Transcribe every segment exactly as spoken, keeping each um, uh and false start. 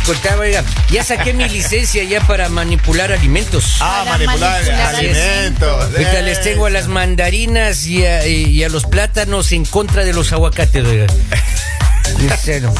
contaba, oiga, ya saqué mi licencia ya para manipular alimentos. Ah, Para manipular, manipular alimentos. Ahorita Eh. les tengo a las mandarinas y a, y a los plátanos en contra de los aguacates, oiga. En serio.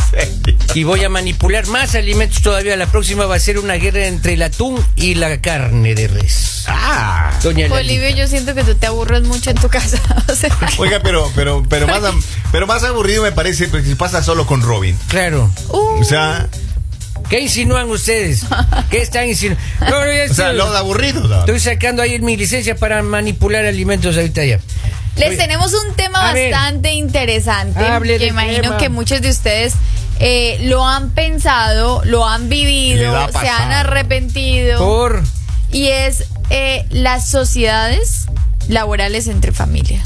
Y voy a manipular más alimentos todavía. La próxima va a ser una guerra entre el atún y la carne de res. Ah. Doña Bolivia, Lalita. yo siento que tú te aburres mucho en tu casa. O sea, Oiga, pero, pero, pero más, am- pero más aburrido me parece porque si pasa solo con Robin. Claro. uh, O sea, ¿Qué insinúan ustedes? ¿Qué están insinuando? No, no, ya o sea, estoy- lo de aburrido. ¿No? Estoy sacando ahí mi licencia para manipular alimentos ahorita ya. les Oye, tenemos un tema a ver. bastante interesante Hable que del imagino tema. que muchos de ustedes eh, lo han pensado, lo han Le vivido, da se pasado. han arrepentido. Por... Y es eh, las sociedades laborales entre familias.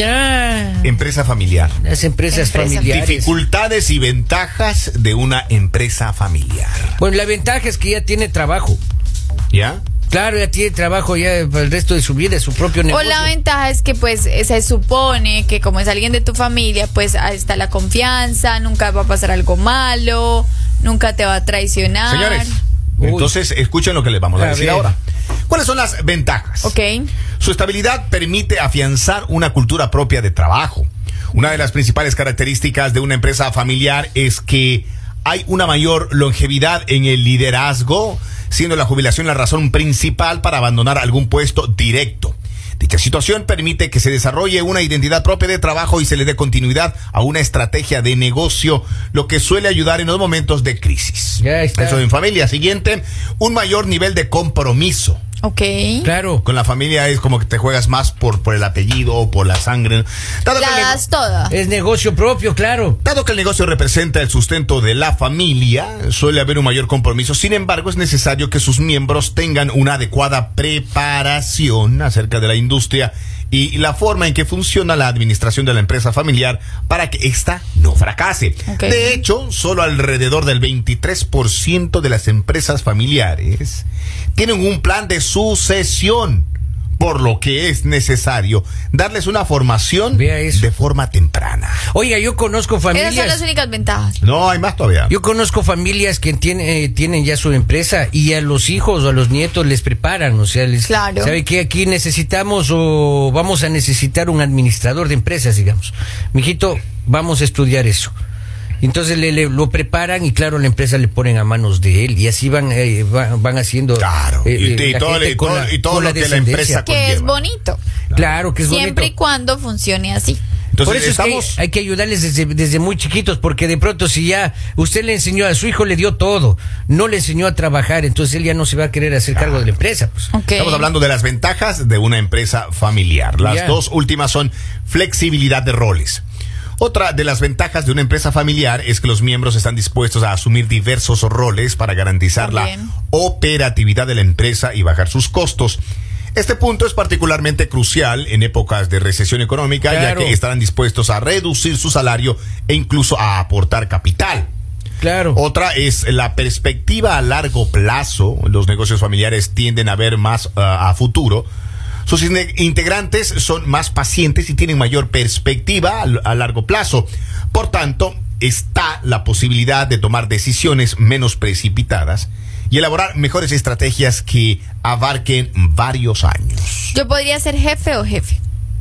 Ah, Empresa familiar. las empresas Empresa. familiares. Dificultades y ventajas de una empresa familiar. Bueno, la ventaja es que ya tiene trabajo. ¿Ya? Claro, ya tiene trabajo ya para el resto de su vida, su propio O negocio. la ventaja es que pues eh, se supone que como es alguien de tu familia, pues ahí está la confianza, nunca va a pasar algo malo, nunca te va a traicionar. Señores, Uy. entonces escuchen lo que les vamos a, A decir ver. ahora. ¿Cuáles son las ventajas? Ok. Su estabilidad permite afianzar una cultura propia de trabajo. Una de las principales características de una empresa familiar es que hay una mayor longevidad en el liderazgo, siendo la jubilación la razón principal para abandonar algún puesto directo. Dicha situación permite que se desarrolle una identidad propia de trabajo y se le dé continuidad a una estrategia de negocio, lo que suele ayudar en los momentos de crisis. Ya está. Eso en familia. Siguiente, un mayor nivel de compromiso. Ok. Claro. Con la familia es como que te juegas más por, por el apellido o por la sangre. Dado que, La el das nego- toda. Es negocio propio, claro. dado que el negocio representa el sustento de la familia, suele haber un mayor compromiso. Sin embargo, es necesario que sus miembros tengan una adecuada preparación acerca de la industria y la forma en que funciona la administración de la empresa familiar para que ésta no fracase. Ok. De hecho, solo alrededor del veintitrés por ciento de las empresas familiares tienen un plan de sucesión, por lo que es necesario darles una formación Vea eso. de forma temprana. Oiga, yo conozco Esas son las familias. únicas ventajas. No, hay más todavía. Yo conozco familias que tiene- eh, tienen ya su empresa y a los hijos o a los nietos les preparan, o sea, les Claro. sabe que aquí necesitamos o vamos a necesitar un administrador de empresas, digamos. Mijito, vamos a estudiar eso. Entonces le, le- lo preparan y claro, la empresa le ponen a manos de él y así van eh, van, van haciendo Claro, eh, y- eh, y la todo- gente y con todo- la- y todo con lo la que la descendencia. empresa Que es conlleva. bonito. Claro que es Siempre y bonito. cuando funcione así. Entonces, Por eso estamos... es que hay, hay que ayudarles desde, desde muy chiquitos, porque de pronto si ya usted le enseñó a su hijo, le dio todo, no le enseñó a trabajar, entonces él ya no se va a querer hacer cargo de la empresa. Pues. Ok. Estamos hablando de las ventajas de una empresa familiar. Las Ya. dos últimas son flexibilidad de roles. Otra de las ventajas de una empresa familiar es que los miembros están dispuestos a asumir diversos roles para garantizar También. la operatividad de la empresa y bajar sus costos. Este punto es particularmente crucial en épocas de recesión económica, Claro. ya que estarán dispuestos a reducir su salario e incluso a aportar capital. Claro. Otra es la perspectiva a largo plazo. Los negocios familiares tienden a ver más uh, a futuro. Sus in- integrantes son más pacientes y tienen mayor perspectiva a, a largo plazo. Por tanto, está la posibilidad de tomar decisiones menos precipitadas y elaborar mejores estrategias que abarquen varios años. Yo podría ser jefe o jefe.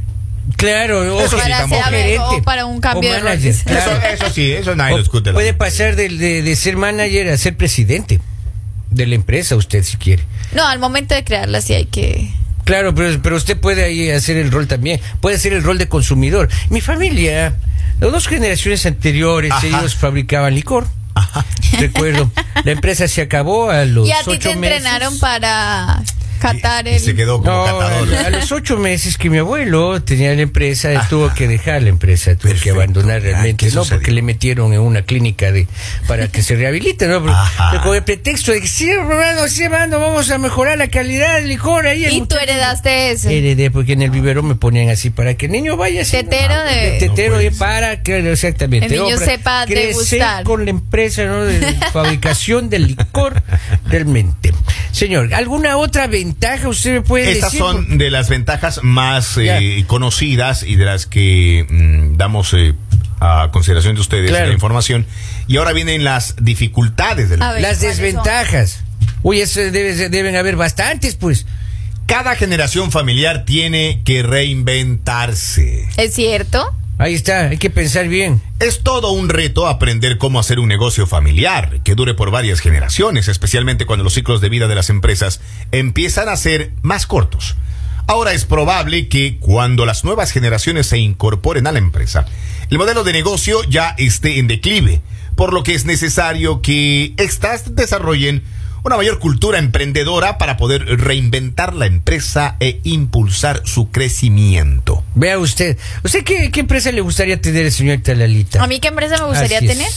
Claro, o Eso sí, para tampoco. hacer algo, gerente, o para un cambio o de manager, roles. claro. Eso, eso sí, eso nadie O lo discute. puede pasar de, de- de ser manager a ser presidente de la empresa, usted si quiere. No, al momento de crearla sí hay que... Claro, pero, pero usted puede ahí hacer el rol también. Puede hacer el rol de consumidor. Mi familia, las dos generaciones anteriores, Ajá. ellos fabricaban licor. Recuerdo, la empresa se acabó a los Y a ti ocho te meses. entrenaron para catar Y, y el... se quedó como No, catador. a los ocho meses que mi abuelo tenía la empresa, él tuvo que dejar la empresa, tuvo Perfecto. que abandonar realmente, Ah, ¿qué no, sucedió? porque le metieron en una clínica de para que se rehabilite, ¿no? Pero, Ajá. pero con el pretexto de que sí, hermano, sí, hermano, vamos a mejorar la calidad del licor ahí. el Y tú muchacho- heredaste eso. Heredé, porque en el vivero me ponían así para que el niño vaya así. Tetero ¿no? de- Tetero No de puede para que exactamente. El niño ¿no? Para sepa crecer degustar. con la empresa, ¿no? De fabricación del licor realmente. Señor, ¿alguna otra ventaja usted me puede Estas decir? son de las ventajas más eh, Ya. conocidas y de las que mm, damos eh, a consideración de ustedes Claro. la información. Y ahora vienen las dificultades de la A ver. Las ¿cuáles son? desventajas. Uy, eso debe, deben haber bastantes, pues. Cada generación familiar tiene que reinventarse. ¿Es cierto? Ahí está, hay que pensar bien. Es todo un reto aprender cómo hacer un negocio familiar que dure por varias generaciones, especialmente cuando los ciclos de vida de las empresas empiezan a ser más cortos. Ahora es probable que cuando las nuevas generaciones se incorporen a la empresa, el modelo de negocio ya esté en declive, por lo que es necesario que éstas desarrollen una mayor cultura emprendedora para poder reinventar la empresa e impulsar su crecimiento. Vea usted. ¿Usted qué, qué empresa le gustaría tener, señorita Lalita? ¿A mí qué empresa me gustaría Así es. tener?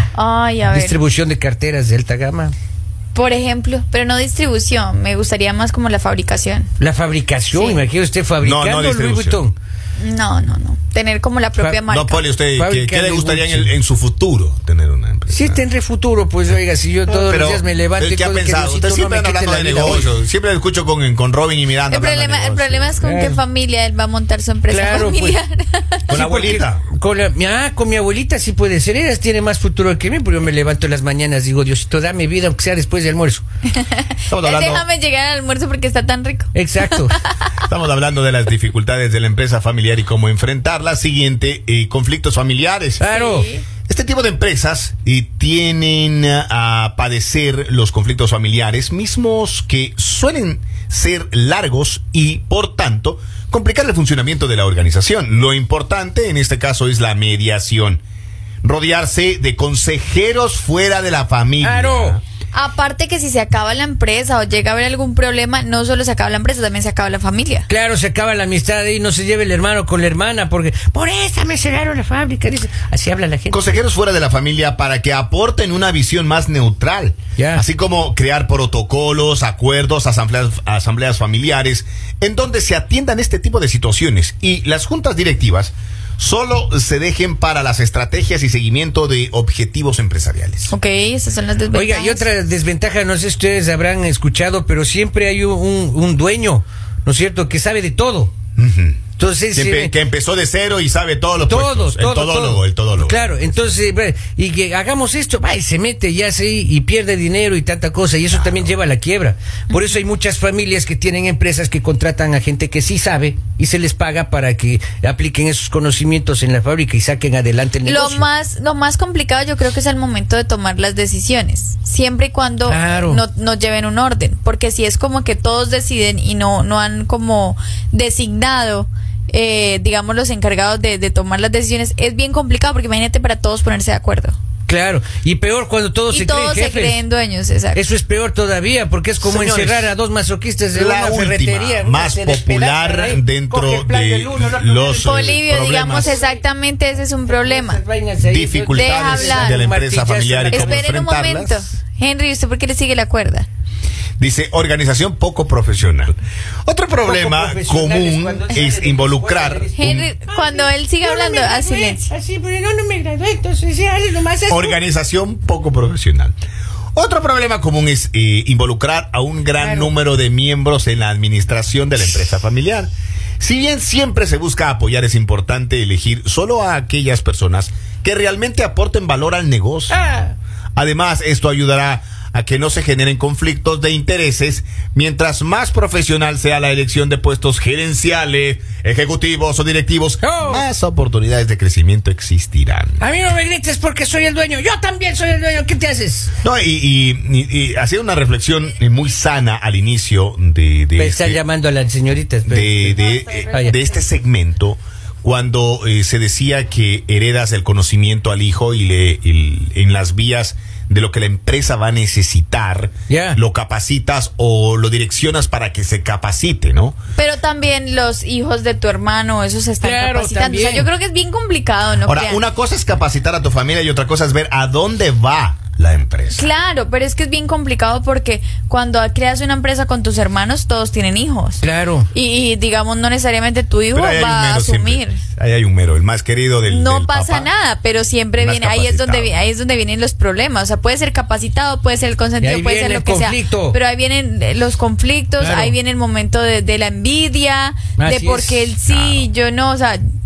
Ay, a ver. Distribución de carteras de alta gama. Por ejemplo, pero no distribución, me gustaría más como la fabricación. La fabricación, Sí. imagínese usted fabricando No, no Louis distribución. Vuitton. No, no, no. Tener como la propia Fa- marca. No, Poli, usted, ¿qué, Fábrica qué le de gustaría en, Gucci. el- en su futuro tener una empresa? Sí, tendré futuro, pues oiga, si yo todos Pero, los días me levanto y ¿qué ha todo, que pensado? Diosito Usted no siempre me anda quite hablando de la vida. negocio. Siempre le escucho con, con Robin y Miranda. El hablando de problema, el negocio. problema es con Claro. qué familia él va a montar su empresa Claro, pues. familiar. Con la Sí, porque abuelita. Con la, ah, con mi abuelita sí puede ser. Ella tiene más futuro que mí, porque yo me levanto en las mañanas y digo, Diosito, dame vida, aunque sea después del almuerzo. Estamos hablando, Déjame llegar al almuerzo porque está tan rico. Exacto. estamos hablando de las dificultades de la empresa familiar y cómo enfrentarlas. Siguiente, eh, conflictos familiares. Claro. Sí. Este tipo de empresas eh, tienen a padecer los conflictos familiares mismos que suelen ser largos y, por tanto, complicar el funcionamiento de la organización. Lo importante en este caso es la mediación. Rodearse de consejeros fuera de la familia. Claro. Aparte que si se acaba la empresa o llega a haber algún problema, no solo se acaba la empresa, también se acaba la familia. Claro, se acaba la amistad y no se lleve el hermano con la hermana, porque por esa me cerraron la fábrica. Dice. Así habla la gente. Consejeros fuera de la familia para que aporten una visión más neutral, Ya. así como crear protocolos, acuerdos, asambleas, asambleas familiares, en donde se atiendan este tipo de situaciones y las juntas directivas solo se dejen para las estrategias y seguimiento de objetivos empresariales. Ok, esas son las desventajas. Oiga, y otra desventaja, no sé si ustedes habrán escuchado, pero siempre hay un, un- un dueño, ¿no es cierto?, que sabe de todo. Ujú. Entonces, Que, empe- eh, que empezó de cero y sabe todos los todo, puestos. todo, el todólogo, todo. el todólogo. Claro, entonces, ve, y que hagamos esto, va, y se mete ya así y pierde dinero y tanta cosa, y eso también lleva a la quiebra. Por eso hay muchas familias que tienen empresas que contratan a gente que sí sabe y se les paga para que apliquen esos conocimientos en la fábrica y saquen adelante el Lo negocio. más, lo más complicado yo creo que es el momento de tomar las decisiones, siempre y cuando Claro. no, no lleven un orden, porque si es como que todos deciden y no, no han como designado, eh, digamos, los encargados de, de tomar las decisiones, es bien complicado, porque imagínate para todos ponerse de acuerdo. Claro, y peor cuando todos Y se todos creen se jefes. creen dueños, exacto. Eso es peor todavía, porque es como Señores, encerrar a dos masoquistas de la una última, ferretería. más Se despedazan popular ahí, dentro coge el plan de del uno, el otro los, del- Polivio, problemas. digamos exactamente ese es un problema. Esas vainas ahí, Dificultades Deja hablar. de la empresa Martillazo familiar y en la cómo Esperen un momento. enfrentarlas. Henry, ¿usted por qué le sigue la cuerda? Dice organización poco profesional. Otro problema profesionales común cuando salen es de la involucrar escuela, un- Henry, cuando él sigue Yo no hablando, me a gradué, silencio. Así, pero no, no me gradué, entonces sí, dale nomás esto. organización poco profesional. Otro problema común es eh, involucrar a un gran Claro. número de miembros en la administración de la empresa familiar. Si bien siempre se busca apoyar, es importante elegir solo a aquellas personas que realmente aporten valor al negocio. Ah. Además, esto ayudará a que no se generen conflictos de intereses, mientras más profesional sea la elección de puestos gerenciales, ejecutivos o directivos, Oh. más oportunidades de crecimiento existirán. A mí no me grites porque soy el dueño. Yo también soy el dueño. ¿Qué te haces? No, y, y, y, y hacía una reflexión eh, muy sana al inicio de, de, Me están este, llamando a las señoritas. pero- de, de, eh, de este segmento, cuando eh, se decía que heredas el conocimiento al hijo y le el- en las vías de lo que la empresa va a necesitar, Ya. lo capacitas o lo direccionas para que se capacite, ¿no? Pero también los hijos de tu hermano, esos se están Claro, capacitando. O sea, también. yo creo que es bien complicado, ¿no? Ahora, crean? una cosa es capacitar a tu familia y otra cosa es ver a dónde va la empresa. Claro, pero es que es bien complicado porque cuando creas una empresa con tus hermanos, todos tienen hijos. Claro. Y, y, digamos, no necesariamente tu hijo Pero ahí hay un va a mero asumir. siempre. Ahí hay un mero, el más querido del No del pasa papá. nada, pero siempre Más viene, ahí es donde capacitado. vi- ahí es donde vienen los problemas. O sea, puede ser capacitado, puede ser el Y consentido, ahí puede ser viene lo el que conflicto. sea. Pero ahí vienen eh, los conflictos, Claro. ahí viene el momento de, de la envidia, Así de porque es. él sí, yo no, o sea,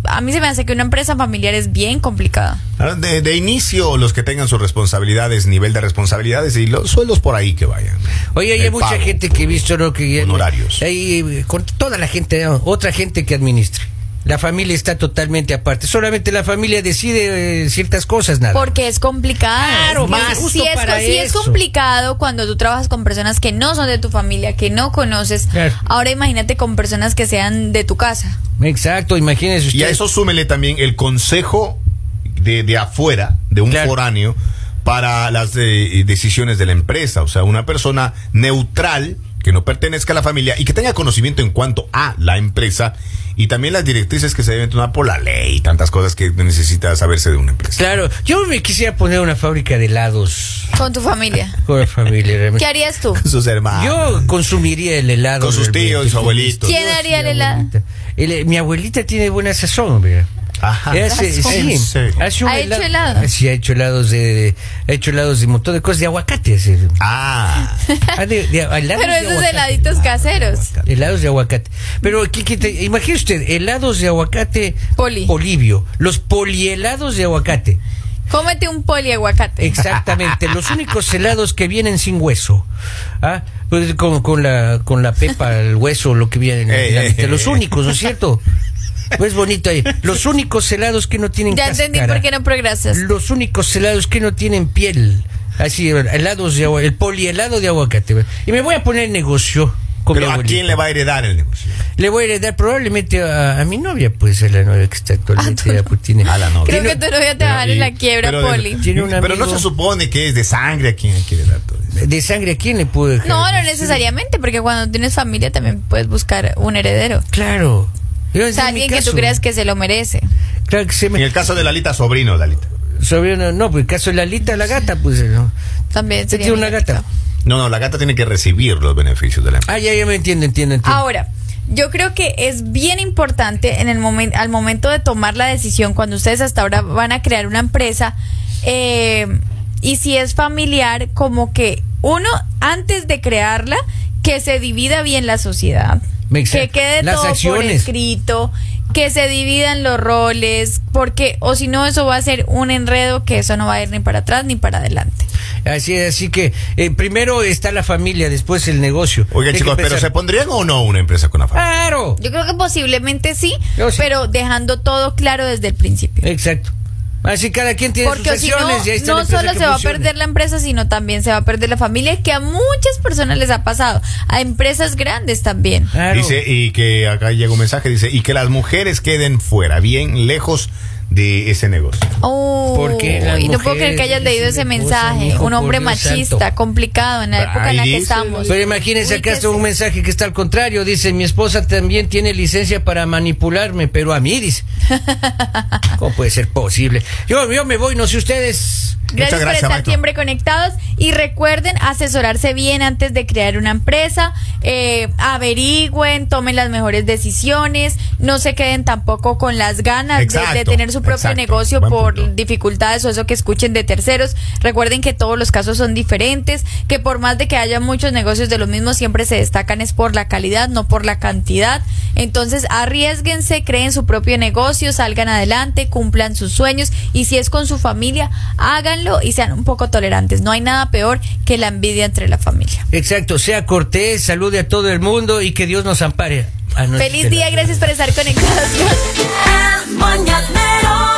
a mí se me hace que una empresa familiar es bien complicada. De, de inicio, los que tengan sus responsabilidades, nivel de responsabilidades y los sueldos por ahí que vayan. Oye, hay El mucha pago, gente que he visto, ¿no? Que honorarios. Hay, con toda la gente, ¿no? Otra gente que administre. La familia está totalmente aparte. Solamente la familia decide eh, ciertas cosas, nada. Porque es complicado. Claro, más si justo es, para si es eso. complicado cuando tú trabajas con personas que no son de tu familia, que no conoces. Claro. Ahora imagínate con personas que sean de tu casa. Exacto, imagínese usted. Y a eso súmele también el consejo de, de afuera, de un Claro. foráneo, para las eh, decisiones de la empresa. O sea, una persona neutral que no pertenezca a la familia y que tenga conocimiento en cuanto a la empresa y también las directrices que se deben tomar por la ley y tantas cosas que necesita saberse de una empresa. Claro, yo me quisiera poner una fábrica de helados Con tu familia. con la familia. realmente. ¿Qué harías tú? Con sus hermanos. Yo consumiría el helado. Con sus realmente, tíos y sus con abuelitos. mis ¿Quién tíos haría y el helado? abuelita. El- mi abuelita tiene buena sazón, hombre. Ajá. Hace, ¿Sazón? sí, ¿En serio? hace un ¿Ha hecho helado? Sí, ha hecho helados de, de- ha hecho helados de un montón de cosas de aguacate. así. Ah. Ah, de- de- helados Pero de esos aguacate. heladitos caseros. Helados de aguacate. Pero ¿qué, qué te- imagine usted, helados de aguacate Poli. Polibio, los polielados de aguacate. Cómete un poli aguacate. Exactamente, los únicos helados que vienen sin hueso. ¿Ah? Pues con, con la con la pepa, el hueso, lo que viene en la- en la Ey, mitad. ey, Los ey. únicos, ¿no es cierto? Pues bonito ahí. Los únicos helados que no tienen Ya cáscara. entendí por qué no progresas. Los únicos helados que no tienen piel. Así, helados de agua, el polihelado de aguacate. Y me voy a poner en negocio con Pero mi ¿a abuelita. quién le va a heredar el negocio? Le voy a heredar probablemente a, a mi novia, pues, a la novia que está actualmente. Ah, tú ya, no. pues, tiene- A la novia. Creo que tu novia te va a dar en la quiebra, Pero, Poli. Tiene un pero no amigo- se supone que es de sangre a quien quiere dar todo eso. ¿De sangre a quién le puedo dejar? No, no necesariamente, porque cuando tienes familia también puedes buscar un heredero. Claro. Yo, O ese sea, es mi alguien que tú caso. creas que se lo merece. Claro que se En me... el caso de Lalita, sobrino, Lalita. Sobrino, no, pues el caso de la Lita, la gata, pues, ¿no? También Usted sería tiene una mítica. gata. No, no, la gata tiene que recibir los beneficios de la empresa. Ah, ya, ya me entiendo, entiendo, entiendo. Ahora, yo creo que es bien importante en el momento, al momento de tomar la decisión, cuando ustedes hasta ahora van a crear una empresa, eh, y si es familiar, como que uno, antes de crearla, que se divida bien la sociedad. Exacto. Que quede Las todo por acciones. escrito, que se dividan los roles, porque, o si no, eso va a ser un enredo que eso no va a ir ni para atrás ni para adelante. Así, así que eh, primero está la familia, después el negocio. Oiga, Hay que chicos, pero pensar- ¿se pondrían o no una empresa con la familia? ¡Claro! Yo creo que posiblemente sí, Yo sí. pero dejando todo claro desde el principio. Exacto. Así cada quien tiene Porque sus si no, acciones y ahí está la no empresa solo que se va a funciona. perder la empresa, sino también se va a perder la familia, que a muchas personas les ha pasado, a empresas grandes también. Claro. Dice, y que acá llega un mensaje, dice, y que las mujeres queden fuera, bien lejos de ese negocio. Oh, ¿Por qué las y no puedo creer mujeres que hayas leído ese dicen cosas, mensaje. mijo, Un hombre por Dios machista, santo? complicado en la época en la Ahí que dice, estamos. Pero imagínense acá está un mensaje que está al contrario. Dice, mi esposa también tiene licencia para manipularme, pero a mí, dice. ¿Cómo puede ser posible? Yo, yo me voy, no sé ustedes. Gracias, Muchas gracias, por estar Maestro. siempre conectados y recuerden asesorarse bien antes de crear una empresa, eh, averigüen, tomen las mejores decisiones, no se queden tampoco con las ganas de- de, Exacto, tener su propio exacto. negocio Buen por punto. dificultades o eso que escuchen de terceros. Recuerden que todos los casos son diferentes, que por más de que haya muchos negocios de lo mismo, siempre se destacan es por la calidad, no por la cantidad. Entonces arriesguense, creen su propio negocio, salgan adelante, cumplan sus sueños y si es con su familia, háganlo y sean un poco tolerantes. No hay nada peor que la envidia entre la familia. Exacto, sea cortés, salude a todo el mundo y que Dios nos ampare. A nuestra- Feliz día, gracias por estar conectados. El Mañanero